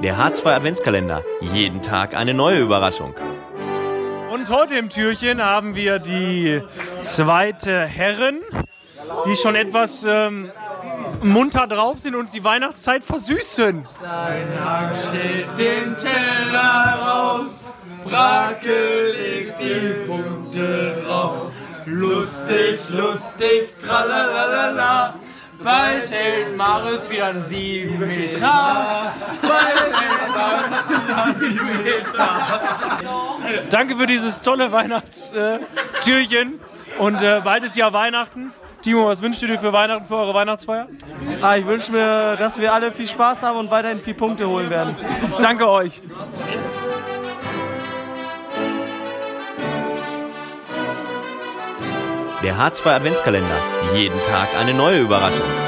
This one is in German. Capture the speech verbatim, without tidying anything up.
Der H zwei Adventskalender. Jeden Tag eine neue Überraschung. Und heute im Türchen haben wir die zweite Herren, die schon etwas ähm, munter drauf sind und uns die Weihnachtszeit versüßen. Dein Hag steht den Teller raus, Brake legt die Punkte drauf. Lustig, lustig, tralalala. Bald hält Maris wieder einen sieben Meter. Bald hält Maris wieder einen sieben Meter. Danke für dieses tolle Weihnachtstürchen. Und äh, bald ist ja Weihnachten. Timo, was wünschst du dir für Weihnachten, für eure Weihnachtsfeier? Ah, ich wünsche mir, dass wir alle viel Spaß haben und weiterhin viel Punkte holen werden. Danke euch. Der H zwei Adventskalender. Jeden Tag eine neue Überraschung.